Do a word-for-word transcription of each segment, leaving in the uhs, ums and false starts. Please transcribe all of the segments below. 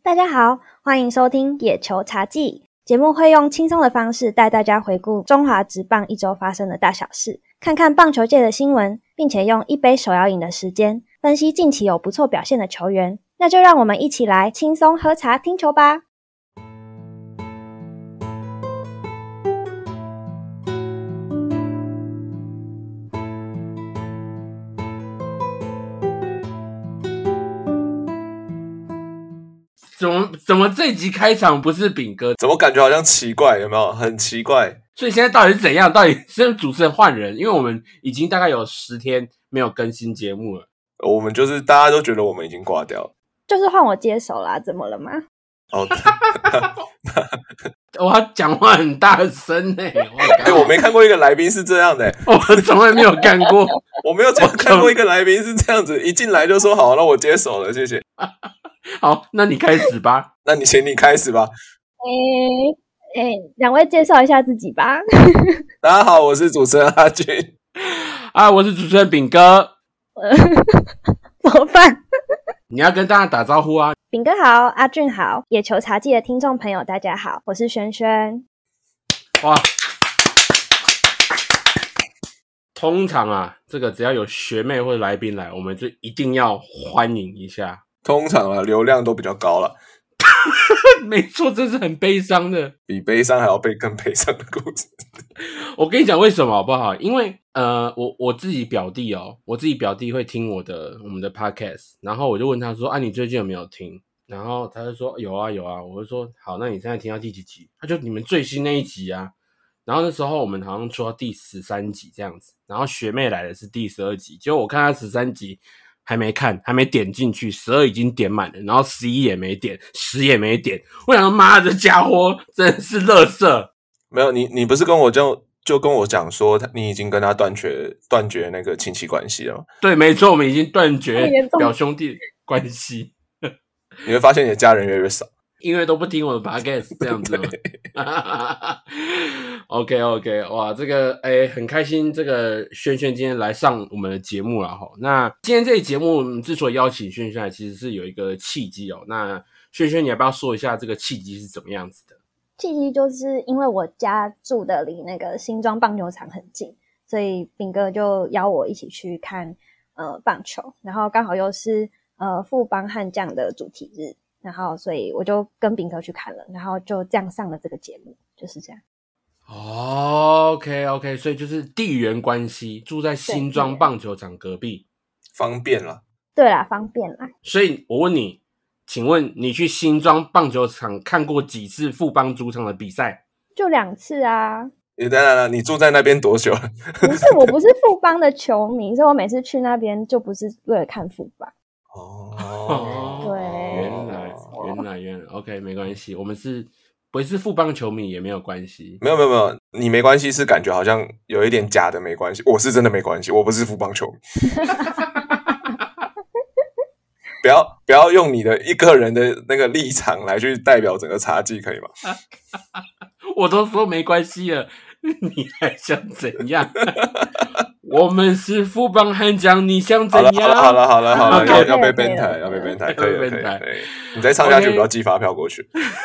大家好，欢迎收听野球茶记。节目会用轻松的方式带大家回顾中华职棒一周发生的大小事，看看棒球界的新闻，并且用一杯手摇饮的时间分析近期有不错表现的球员。那就让我们一起来轻松喝茶听球吧。 怎么怎么这集开场不是炳哥？ 怎么感觉好像奇怪？有没有很奇怪？ 所以现在到底是怎样？到底是主持人换人？因为我们已经大概有十天没有更新节目了。 我们就是大家都觉得我们已经挂掉了， 就是换我接手啦，怎么了吗？ 哦， 我讲话很大声欸， 欸，我没看过一个来宾是这样的欸， 我从来没有干过， 我没有怎么看过一个来宾是这样子，一进来就说好，那我接手了，谢谢。 好，那你开始吧。 那你请你开始吧。 诶诶，两位介绍一下自己吧。 大家好，我是主持人阿俊。 啊，我是主持人炳哥。 怎么办？ 你要跟大家打招呼啊。 炳哥好，阿俊好，野球茶记的听众朋友大家好，我是萱萱。 哇，通常啊，这个只要有学妹或者来宾来，我们就一定要欢迎一下。 通常啊，流量都比较高了。 没错，这是很悲伤的， 比悲伤还要被更悲伤的故事。 我跟你讲为什么好不好？因为呃，我我自己表弟哦，我自己表弟会听我的我们的 podcast， 然后我就问他说：“啊，你最近有没有听？”然后他就说：“有啊，有啊。”我就说：“好，那你现在听到第几集？”他就你们最新那一集啊。然后那时候我们好像说到第十三集这样子，然后学妹来的是第十二集，结果我看他十三集。还没看，还没点进去，十二已经点满了，然后十一也没点，十也没点。我想说，妈的，这家伙真的是垃圾。 没有你，你不是跟我就就跟我讲说，你已经跟他断绝断绝那个亲戚关系了吗？ 对，没错，我们已经断绝表兄弟关系。 你会发现你的家人越来越少。 因为都不听我的 podcast 这样子吗？OK OK， 哇，这个诶很开心，这个萱萱今天来上我们的节目了哈。那今天这一节目我们之所以邀请萱萱来，其实是有一个契机哦。那萱萱，你要不要说一下这个契机是怎么样子的？ 契机就是因为我家住的离那个新庄棒球场很近，所以炳哥就邀我一起去看呃棒球，然后刚好又是呃富邦悍将的主题日。然后所以我就跟炳哥去看了，然后就这样上了这个节目，就是这样。 哦 OK OK， 所以就是地缘关系，住在新庄棒球场隔壁， 方便啦。 对啦，方便啦。 所以我问你，请问你去新庄棒球场看过几次富邦主场的比赛？ 就两次啊。 你等等等，你住在那边多久了？ 不是，我不是富邦的球迷，所以我每次去那边就不是为了看富邦。 哦， 对， 原来原来原来 OK， 没关系，我们是不是富邦球迷也没有关系。 没有没有没有，你没关系是感觉好像有一点假的没关系，我是真的没关系，我不是富邦球迷。不要不要用你的一个人的那个立场来去代表整个茶季，可以吗？ 我都说没关系了，你还想怎样？我们是富邦悍将，你想怎样？ 好了好了好了好了， okay, 要要被 ban 台，要被 ban 台，可以可以可以。你再唱下去，我要寄发票过去。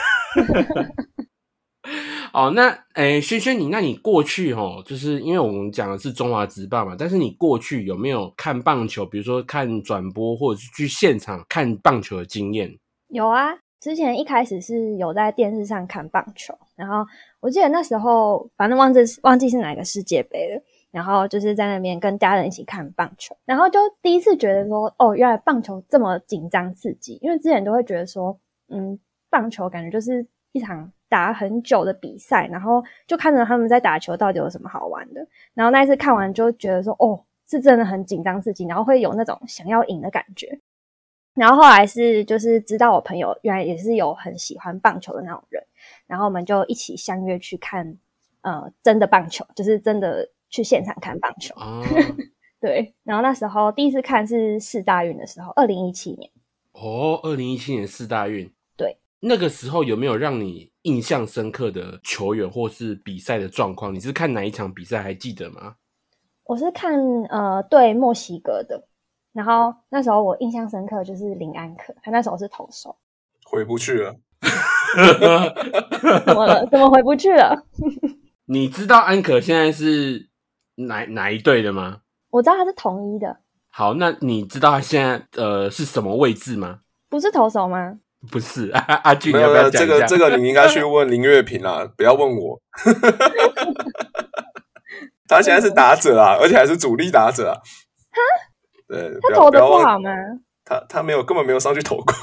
哦，那诶，萱萱，你那你过去齁，就是因为我们讲的是中华职棒嘛，但是你过去有没有看棒球，比如说看转播或者是去现场看棒球的经验？ 有啊，之前一开始是有在电视上看棒球，然后我记得那时候反正忘记忘记是哪个世界杯了。然后就是在那边跟家人一起看棒球，然后就第一次觉得说，哦，原来棒球这么紧张刺激，因为之前都会觉得说，嗯，棒球感觉就是一场打很久的比赛，然后就看着他们在打球到底有什么好玩的，然后那一次看完就觉得说，哦，是真的很紧张刺激，然后会有那种想要赢的感觉。然后后来是就是知道我朋友原来也是有很喜欢棒球的那种人，然后我们就一起相约去看呃真的棒球，就是真的去现场看棒球。 哦对，然后那时候第一次看是世大运的时候，二零一七年。 哦，二零一七年世大运。 对， 那个时候有没有让你印象深刻的球员或是比赛的状况？你是看哪一场比赛还记得吗？ 我是看呃对墨西哥的，然后那时候我印象深刻就是林安可，他那时候是投手。 回不去了。 怎么了？怎么回不去了？ 你知道安可现在是哪哪一队的吗？ 我知道他是统一的。 好，那你知道他现在呃是什么位置吗？ 不是投手吗？ 不是，阿阿俊， 没有你要不要讲一下？ 这个这个你应该去问林月平啦，不要问我。他现在是打者啊，而且还是主力打者啊。 哈？ 对， 他投的不好吗？ 他他没有根本没有上去投过。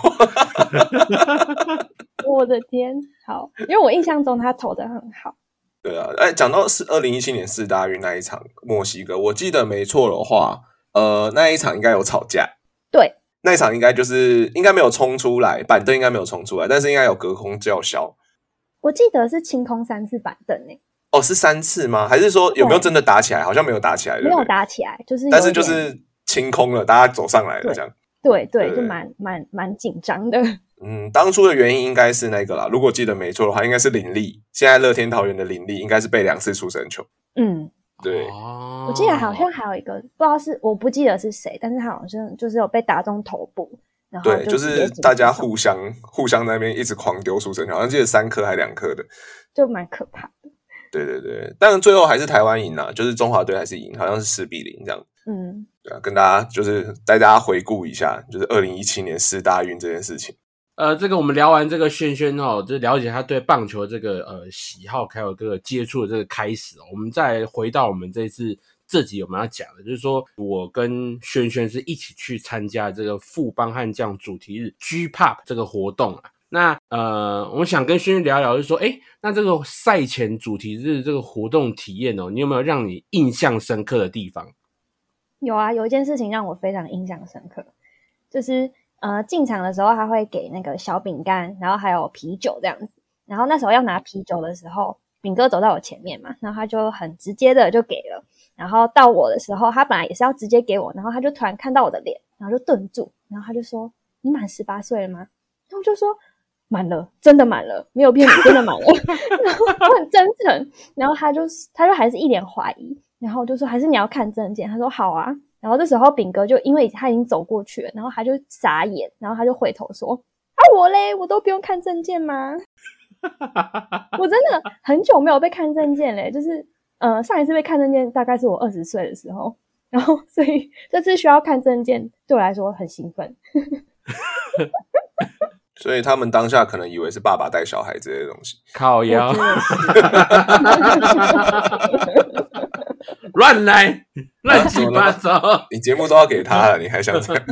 我的天，好，因为我印象中他投的很好。 对啊，哎，讲到是二零一七年世大运那一场墨西哥，我记得没错的话，呃，那一场应该有吵架。 对， 那一场应该就是应该没有冲出来，板凳应该没有冲出来，但是应该有隔空叫嚣。 我记得是清空三次板凳诶。 哦，是三次吗？还是说有没有真的打起来？好像没有打起来，对不对？ 没有打起来，就是但是就是清空了，大家走上来了，这样。 对 对, 对，就蛮蛮蛮紧张的。 嗯，当初的原因应该是那个啦，如果记得没错的话，应该是林立，现在乐天桃园的林立应该是被两次出生球。 嗯， 对， 哦、 我记得好像还有一个不知道是我不记得是谁，但是他好像就是有被打中头部，然后对，就是大家互相互相在那边一直狂丢出生球，好像记得三颗还两颗的， 就蛮可怕的。 对对对，但最后还是台湾赢啦，就是中华队还是赢，好像是十比零这样。 嗯， 对啊，跟大家就是带大家回顾一下，就是二零一七年世大运这件事情。 呃，这个我们聊完这个轩轩哦，就了解他对棒球这个呃喜好，还有这个接触的这个开始哦。我们再回到我们这次这集我们要讲的，就是说我跟轩轩是一起去参加这个富邦悍将主题日 G P O P 这个活动啊。那呃，我想跟轩轩聊聊，就是说，哎，那这个赛前主题日这个活动体验哦，你有没有让你印象深刻的地方？ 有啊，有一件事情让我非常印象深刻，就是呃进场的时候他会给那个小饼干，然后还有啤酒这样子。然后那时候要拿啤酒的时候，饼哥走到我前面嘛，然后他就很直接的就给了。然后到我的时候，他本来也是要直接给我，然后他就突然看到我的脸，然后就顿住，然后他就说：“你满十八岁了吗？”然后我就说：“满了，真的满了，没有骗你，真的满了。”然后我很真诚，然后他就他就还是一脸怀疑，然后我就说：“还是你要看证件？”他说：“好啊。”然后这时候饼哥就因为他已经走过去了，然后他就傻眼，然后他就回头说：“啊我嘞，我都不用看证件吗？”我真的很久没有被看证件嘞，就是呃上一次被看证件大概是我二十岁的时候，然后所以这次需要看证件对我来说很兴奋。 所以他们当下可能以为是爸爸带小孩之类的东西， 靠腰，乱来，乱七八糟。 你节目都要给他了，你还想这样？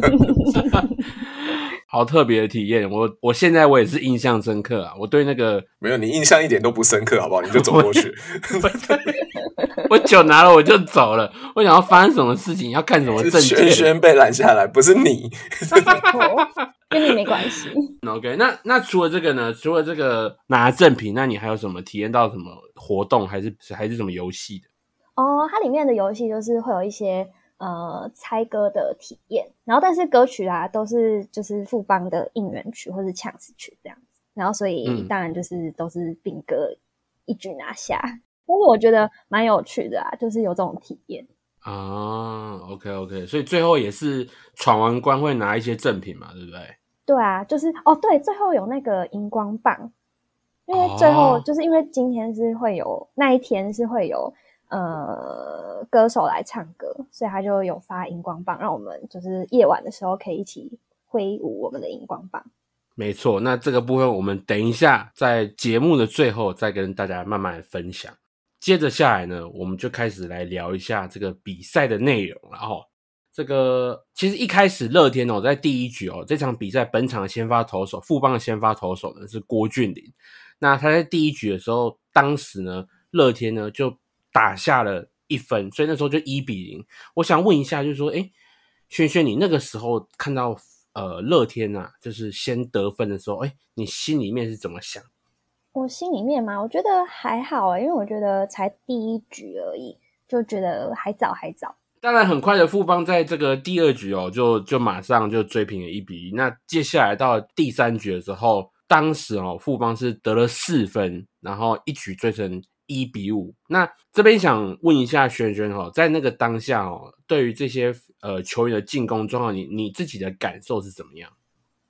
好特别的体验，我我现在我也是印象深刻啊！我对那个没有，你印象一点都不深刻，好不好？你就走过去。 我酒拿了我就走了，我想要发生什么事情，要看什么证件。 轩轩被拦下来，不是你， 跟你没关系。 OK， 那那除了这个呢？除了这个拿赠品，那你还有什么体验到什么活动，还是还是什么游戏的？ 哦，它里面的游戏就是会有一些呃猜歌的体验，然后但是歌曲啊都是就是富邦的应援曲或是呛死曲这样子，然后所以、嗯、当然就是都是饼哥一举拿下，但是我觉得蛮有趣的啊，就是有这种体验啊。OK OK， 所以最后也是闯完关会拿一些赠品嘛，对不对？ 对啊，就是哦对，最后有那个荧光棒，因为最后、哦、就是因为今天是会有那一天是会有。呃，歌手来唱歌，所以他就有发荧光棒，让我们就是夜晚的时候可以一起挥舞我们的荧光棒。 没错，那这个部分我们等一下在节目的最后再跟大家慢慢分享。接着下来呢，我们就开始来聊一下这个比赛的内容了哦。这个其实一开始乐天哦，在第一局哦，这场比赛本场的先发投手，富邦的先发投手呢是郭俊麟。那他在第一局的时候，当时呢，乐天呢就打下了一分，所以那时候就一比零。我想问一下，就是说，诶，轩轩，你那个时候看到呃乐天啊，就是先得分的时候，诶，你心里面是怎么想？ 我心里面嘛，我觉得还好欸，因为我觉得才第一局而已，就觉得还早还早。 当然，很快的富邦在这个第二局哦，就就马上就追平了一比一。那接下来到第三局的时候，当时哦富邦是得了四分，然后一举追成一比五。那这边想问一下轩轩哦，在那个当下哦，对于这些呃球员的进攻状况，你你自己的感受是怎么样？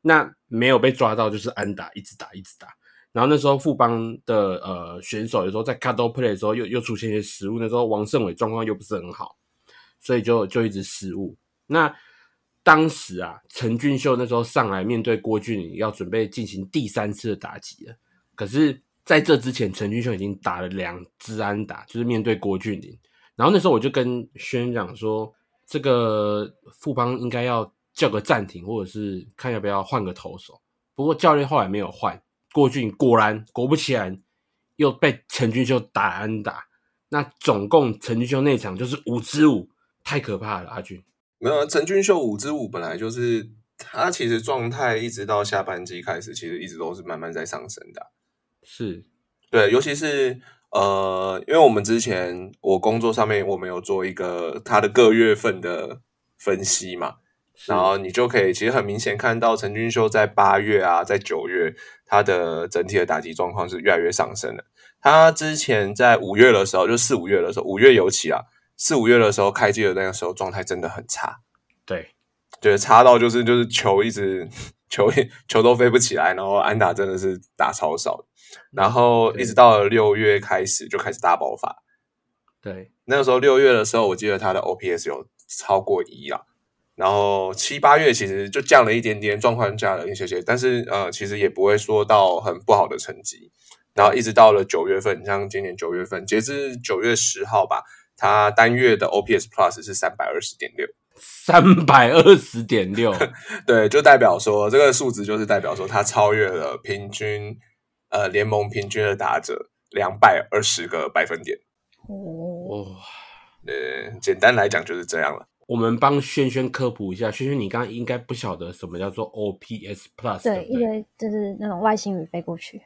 那没有被抓到就是安打，一直打一直打。然后那时候富邦的呃选手有时候在 cut off play 的时候又又出现一些失误，那时候王胜伟状况又不是很好，所以就就一直失误。那当时啊，陈俊秀那时候上来面对郭俊麟，要准备进行第三次的打击了。可是在这之前，陈俊秀已经打了两支安打，就是面对郭俊麟。然后那时候我就跟轩讲说，这个富邦应该要叫个暂停，或者是看要不要换个投手。不过教练后来没有换。郭俊果然果不其然又被陈俊秀打安打，那总共陈俊秀那场就是五支五，太可怕了。阿俊没有陈俊秀五支五本来就是他其实状态一直到下半季开始，其实一直都是慢慢在上升的。 是对，尤其是呃，因为我们之前我工作上面我们有做一个他的各月份的分析嘛。然后你就可以其实很明显看到陈俊秀在八月啊，在九月他的整体的打击状况是越来越上升的。他之前在五月的时候，就四五月的时候，五月尤其啊，四五月的时候开季的那个时候状态真的很差。 对， 就是差到就是就是球一直球球都飞不起来，然后安打真的是打超少。然后一直到了六月开始就开始大爆发。 对， 那个时候六月的时候，我记得他的 O P S 有超过一啦。然后七八月其实就降了一点点，状况降了一些些，但是呃，其实也不会说到很不好的成绩。然后一直到了九月份，像今年九月份，截至九月十号吧，他单月的 O P S Plus 是 三百二十点六， 三百二十点六， 对，就代表说这个数值就是代表说他超越了平均呃联盟平均的打者两百二十个百分点。 哦， 呃，简单来讲就是这样了。 我们帮轩轩科普一下，轩轩你刚刚应该不晓得什么叫做 O P S Plus， 对，因为就是那种外星语飞过去。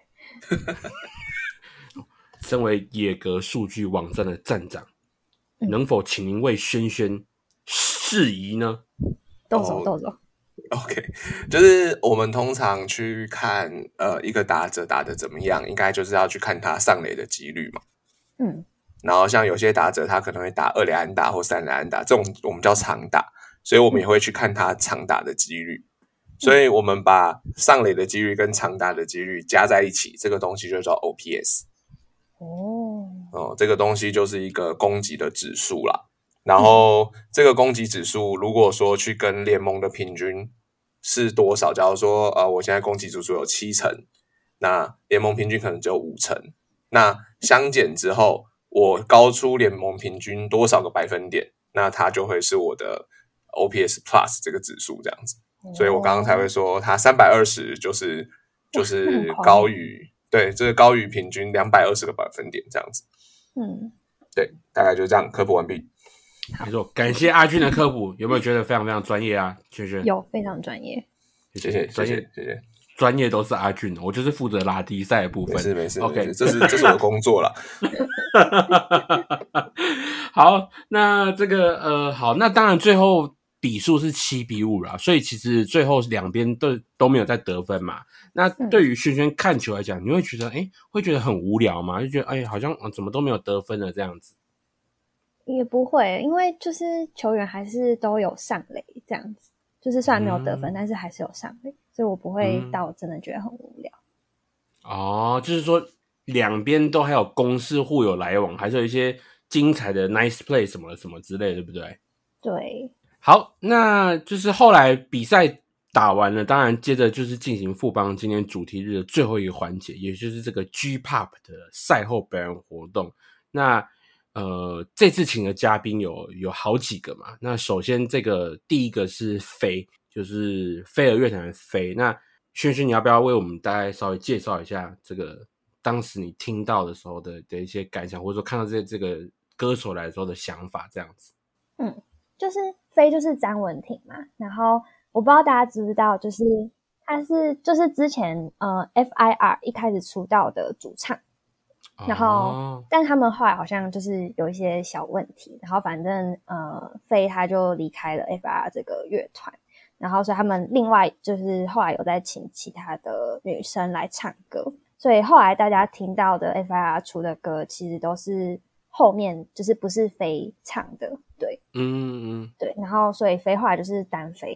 身为野格数据网站的站长，嗯、能否请您为轩轩释疑呢？ 动手动手。 OK， 就是我们通常去看呃一个打者打得怎么样，应该就是要去看他上垒的几率嘛。嗯。然后像有些打者他可能会打二垒安打或三垒安打，这种我们叫长打，所以我们也会去看他长打的几率。所以我们把上垒的几率跟长打的几率加在一起，这个东西就叫 O P S。哦，哦，这个东西就是一个攻击的指数啦。然后这个攻击指数如果说去跟联盟的平均是多少，假如说呃我现在攻击指数有七成，那联盟平均可能只有五成，那相减之后我高出联盟平均多少个百分点，那它就会是我的 O P S Plus 这个指数这样子。所以我刚刚才会说它三百二十就是就是高于对，这个高于平均两百二十个百分点这样子。嗯，对，大概就这样，科普完毕。 没错，感谢阿俊的科普，有没有觉得非常非常专业啊？轩轩有，非常专业， 谢谢，专业，谢谢。 专业都是阿俊，我就是负责拉低赛的部分。 没事没事 ，OK， 这是这是我的工作啦。 好，那这个呃，好，那当然最后比数是七比五啦，所以其实最后两边都都没有在得分嘛。那对于轩轩看球来讲，你会觉得哎，会觉得很无聊吗？就觉得哎，好像、呃、怎么都没有得分了这样子。 也不会，因为就是球员还是都有上垒这样子，就是虽然没有得分，嗯、但是还是有上垒，所以我不会到真的觉得很无聊。 嗯、哦，就是说两边都还有攻势互有来往，还是有一些精彩的 nice play 什么什么之类的，对不对？ 对。 好，那就是后来比赛打完了，当然接着就是进行富邦今天主题日的最后一个环节，也就是这个 G P O P 的赛后表演活动。那呃，这次请的嘉宾有有好几个嘛。那首先这个第一个是飞，就是飞儿乐团的飞。那轩轩，你要不要为我们大概稍微介绍一下这个当时你听到的时候的的一些感想，或者说看到这这个歌手来的时候的想法这样子？ 嗯，就是飞就是詹文婷嘛，然后我不知道大家知不知道，就是他是就是之前呃 F I R 一开始出道的主唱。然后、哦、但他们后来好像就是有一些小问题，然后反正呃飞他就离开了 F I R 这个乐团，然后所以他们另外就是后来有在请其他的女生来唱歌，所以后来大家听到的 F I R 出的歌其实都是后面就是不是飞唱的，对，嗯嗯，对，然后所以飞后来就是单飞。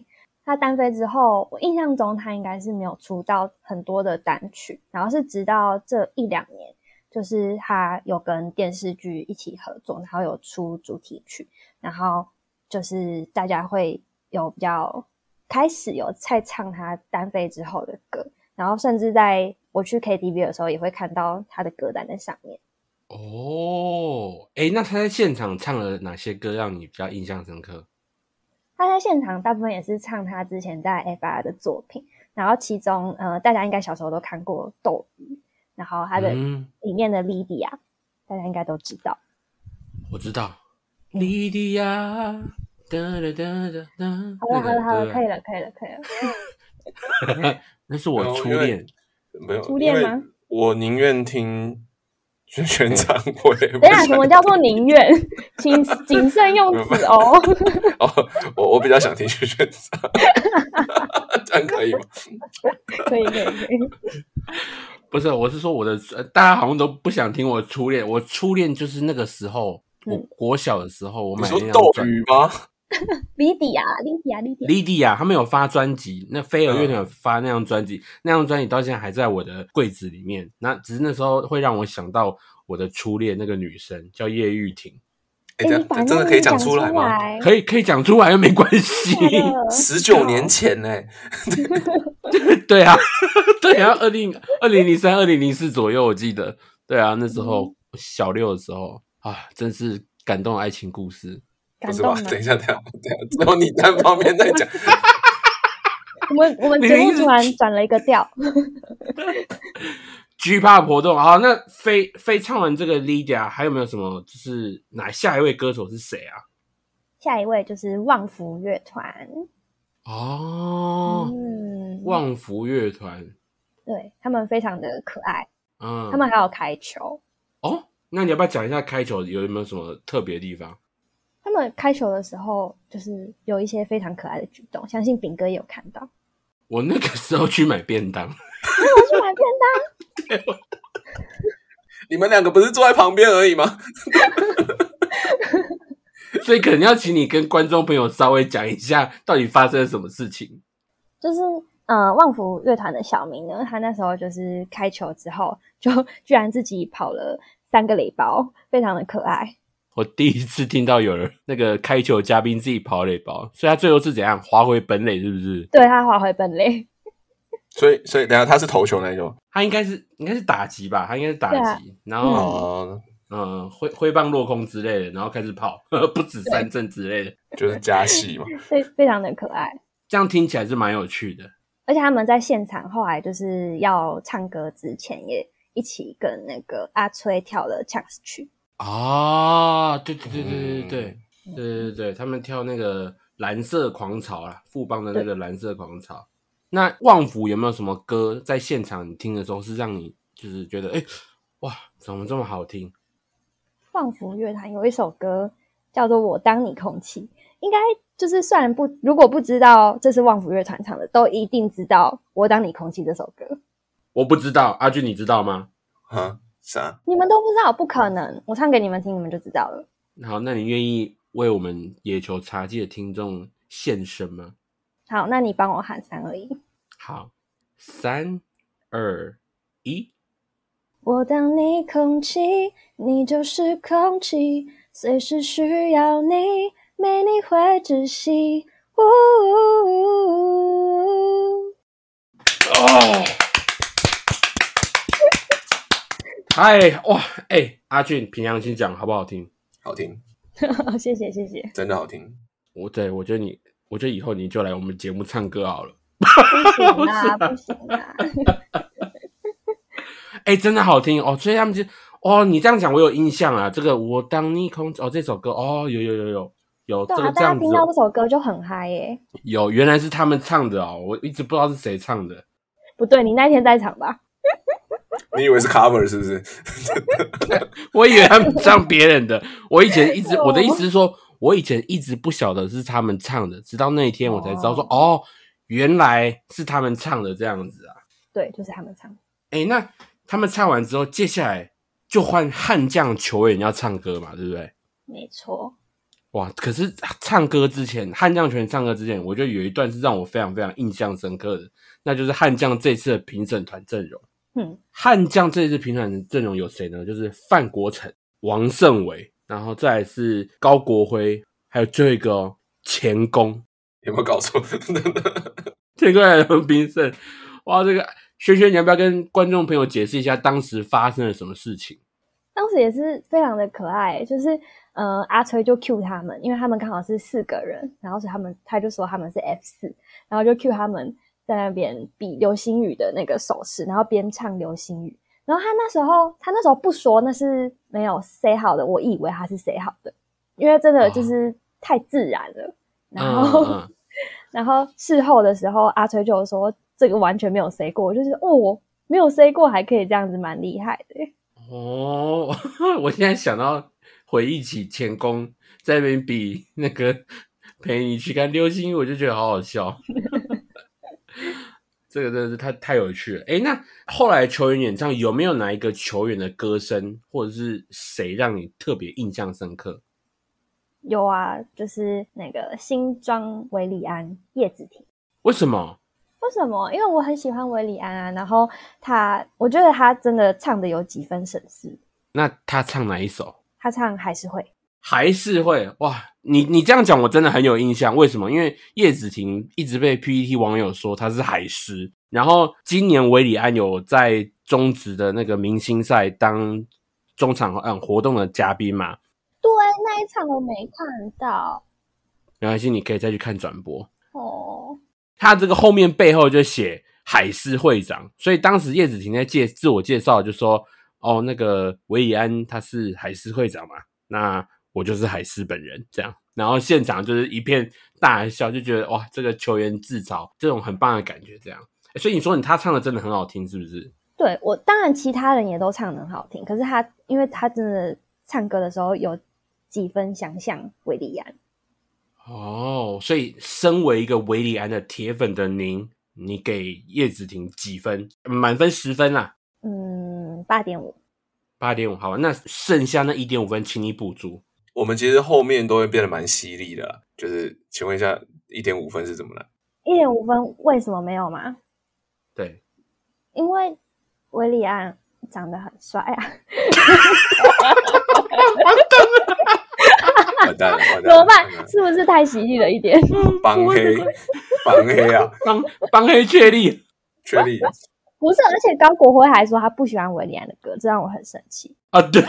他单飞之后，我印象中他应该是没有出到很多的单曲，然后是直到这一两年，就是他有跟电视剧一起合作，然后有出主题曲，然后就是大家会有比较开始有在唱他单飞之后的歌，然后甚至在我去 K T V 的时候也会看到他的歌单在上面。 哦，诶，那他在现场唱了哪些歌让你比较印象深刻？ 他在现场大部分也是唱他之前在 F R 的作品，然后其中呃大家应该小时候都看过斗鱼，然后他的里面的 Lydia、嗯、大家应该都知道。 我知道 Lydia、嗯、哒哒哒哒哒。 好了好了好了，可以了可以了可以了。那是我初恋。 没有初恋吗？ 我宁愿听宣宣唱会。 等一下，什么叫做宁愿？请谨慎用词哦。 哦，我我比较想听宣宣唱，这样可以吗？ 可以可以可以。 不是，我是说我的，大家好像都不想听我初恋。我初恋就是那个时候，嗯、我国小的时候，我买那张专辑。 你说斗鱼吗？ 莉迪亚，莉迪亚，莉迪亚， 莉迪亚，他们有发专辑，那飞儿乐团有发那张专辑，嗯、那张专辑到现在还在我的柜子里面。那只是那时候会让我想到我的初恋，那个女生叫叶玉婷。 哎、欸，真的可以讲出来吗？ 可以，可以讲出来又没关系。 十九年前呢、欸？ 对啊，对啊，二零二零零三、二零零四左右，我记得。对啊，那时候、嗯、小六的时候啊，真是感动的爱情故事。 不是吧？等一下，等一下，等一下，只有你单方面在讲。 我们我们节目突然转了一个调。 G Pop 活动好，那飞飞唱完这个 Lydia， 还有没有什么？就是哪下一位歌手是谁啊？ 下一位就是旺福乐团。 哦，嗯，旺福乐团， 对，他们非常的可爱。 嗯， 他们还有开球。 哦，那你要不要讲一下开球有没有什么特别的地方？ 他们开球的时候，就是有一些非常可爱的举动，相信炳哥也有看到。 我那个时候去买便当， 我去买便当。 你们两个不是坐在旁边而已吗？ 所以可能要请你跟观众朋友稍微讲一下，到底发生了什么事情。 就是呃，旺福乐团的小明呢，他那时候就是开球之后，就居然自己跑了三个垒包，非常的可爱。 我第一次听到有人那个开球嘉宾自己跑垒包，所以他最后是怎样滑回本垒，是不是？ 对，他滑回本垒。 所以，所以等一下他是投球那种， 他应该是应该是打击吧，他应该是打击，啊、然后嗯嗯挥挥棒落空之类的，然后开始跑，不止三振之类的， 就是加戏嘛， 非非常的可爱。 这样听起来是蛮有趣的。 而且他们在现场后来就是要唱歌之前，也一起跟那个阿崔跳了抢死曲。 啊，对对对对对对、嗯、对对对，他们跳那个蓝色狂潮啦，富邦的那个蓝色狂潮。那旺福有没有什么歌在现场你听的时候是让你就是觉得哎、欸、哇怎么这么好听？ 旺福乐团有一首歌叫做《我当你空气》，应该就是虽然不如果不知道这是旺福乐团唱的，都一定知道《我当你空气》这首歌。 我不知道，阿俊你知道吗？ 啊？啥？ 你们都不知道？不可能！我唱给你们听，你们就知道了。 好，那你愿意为我们野球茶记的听众献声吗？ 好，那你帮我喊三二一。 好，三二一。 我当你空气，你就是空气，随时需要你，没你会窒息。呜呜呜哦，嗨哇，哎、欸，阿俊，凭良心讲，好不好听？ 好听， 谢谢谢谢， 真的好听。 我对我觉得你，我觉得以后你就来我们节目唱歌好了。 不行啦，不行啦。 哎、欸，真的好听哦！所以他们就哦，你这样讲我有印象啊。这个我当你空哦，这首歌哦，有有有有有、 对啊、 这个这样子、哦。 大家听到这首歌就很嗨耶。 有，原来是他们唱的哦，我一直不知道是谁唱的。 不对，你那天在场吧？ 你以为是 cover 是不是？ 我以为他们唱别人的。我以前一直我的意思是说，我以前一直不晓得是他们唱的，直到那一天我才知道说，哦，哦原来是他们唱的这样子啊。 对，就是他们唱。 哎、欸，那他们唱完之后，接下来就换悍将球员要唱歌嘛，对不对？ 没错。 哇！可是唱歌之前，悍将拳唱歌之前，我觉得有一段是让我非常非常印象深刻的，那就是悍将这次的评审团阵容。嗯，悍将这次评审团阵容有谁呢？就是范国成、王胜伟，然后再来是高国辉，还有最后一个哦，钱公。 有没有搞错？ 钱公来当评审。哇，这个轩轩，你要不要跟观众朋友解释一下当时发生了什么事情？ 当时也是非常的可爱，就是呃阿崔就 cue 他们，因为他们刚好是四个人，然后所以他们他就说他们是 F 四， 然后就 cue 他们在那边比流星雨的那个手势，然后边唱流星雨。然后他那时候他那时候不说那是没有 say 好的，我以为他是 say 好的，因为真的就是太自然了。然后、嗯嗯、然后事后的时候阿崔就说这个完全没有 say 过，我就是哦没有 say 过还可以这样子，蛮厉害的耶。 哦，我现在想到回忆起钱公在那边比那个陪你去看流星雨，我就觉得好好笑。这个真的是太太有趣了。诶，那后来球员演唱有没有哪一个球员的歌声或者是谁让你特别印象深刻？ 有啊，就是那个新庄维里安叶子婷。 为什么？ 为什么？因为我很喜欢维里安啊，然后他，我觉得他真的唱的有几分神似。 那他唱哪一首？ 他唱还是会， 还是会。哇，你你这样讲我真的很有印象。为什么？因为叶子婷一直被 P T T 网友说他是海狮，然后今年维里安有在中职的那个明星赛当中场嗯活动的嘉宾嘛？ 对，那一场我没看到。 没关系，你可以再去看转播。 哦。 他这个后面背后就写海狮会长，所以当时叶子婷在介自我介绍就说，哦，那个维里安他是海狮会长嘛，那我就是海狮本人这样，然后现场就是一片大笑，就觉得哇，这个球员自嘲，这种很棒的感觉这样。所以你说你他唱的真的很好听是不是？ 对，我当然其他人也都唱得很好听，可是他因为他真的唱歌的时候有几分想象维里安。 哦，所以身为一个维里安的铁粉的您，你给叶子婷几分？满分十分啦。 嗯，八点五。 八点五，好吧，那剩下那一点五分，请你补足。 我们其实后面都会变得蛮犀利的啦，就是请问一下，一点五分是怎么来？ 一点五分为什么没有吗？ 对， 因为维里安长得很帅啊。 完蛋了，完蛋了， 怎么办？是不是太犀利了一点？ 帮黑，帮黑啊， 帮帮黑确立， 确立。 不是，而且高国辉还说他不喜欢维里安的歌，这让我很生气啊！对，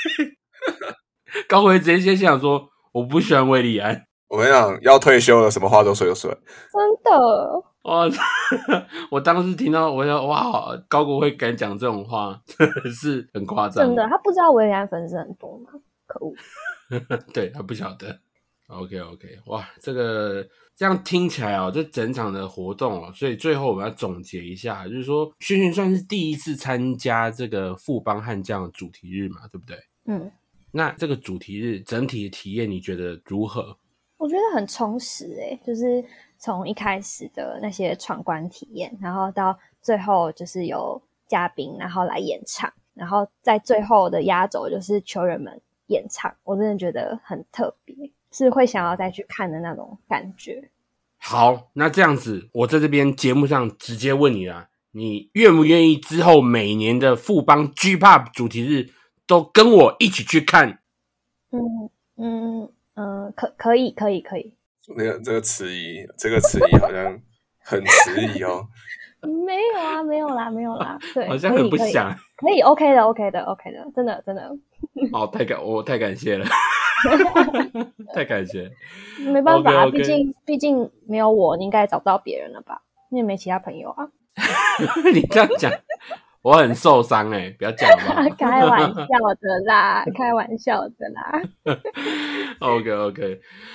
高国辉直接先想说我不喜欢维里安。 我跟你讲，要退休了，什么话都说得出来。 真的。 哇！我当时听到，我想哇，高国辉敢讲这种话，真的是很夸张。 真的，他不知道维里安粉丝很多吗？可恶。 对，他不晓得。OK OK， 哇，这个这样听起来哦，这整场的活动哦，所以最后我们要总结一下，就是说轩轩算是第一次参加这个富邦悍将的主题日嘛，对不对？嗯。那这个主题日整体的体验你觉得如何？ 我觉得很充实诶，就是从一开始的那些闯关体验，然后到最后就是有嘉宾然后来演唱，然后在最后的压轴就是球员们演唱，我真的觉得很特别，是会想要再去看的那种感觉。 好，那这样子我在这边节目上直接问你啦，你愿不愿意之后每年的富邦 G P O P 主题日都跟我一起去看？ 嗯嗯嗯，可可以可以可以。 那个这个迟疑，这个迟疑好像很迟疑哦。 没有啊，没有啦，没有啦。对， 好像很不想。 可以, 可以 ，OK 的 ，OK 的 ，OK 的，真的真的。 哦，太感我太感谢了，太感谢了。 没办法， okay, okay. 毕竟毕竟没有我，你应该找不到别人了吧？你也没其他朋友啊。 你这样讲，我很受伤哎、欸，不要讲吧。 开玩笑的啦，开玩笑的啦。 OK OK，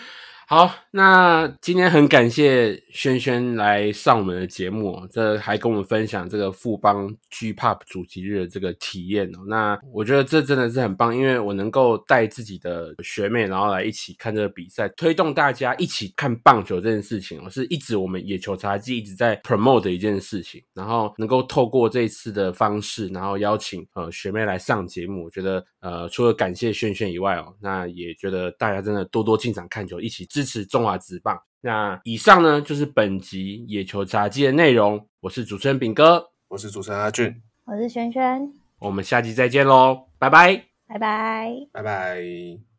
好，那今天很感谢轩轩来上我们的节目，这还跟我们分享这个富邦 G P O P 主题日的这个体验哦。那我觉得这真的是很棒，因为我能够带自己的学妹，然后来一起看这个比赛，推动大家一起看棒球这件事情哦，是一直我们野球茶记一直在 promote 的一件事情。然后能够透过这一次的方式，然后邀请呃学妹来上节目，我觉得呃除了感谢轩轩以外哦，那也觉得大家真的多多进场看球，一起支持中华职棒。那以上呢就是本集野球茶记的内容，我是主持人炳哥， 我是主持人阿俊， 我是轩轩， 我们下集再见咯，拜拜， 拜拜， 拜拜。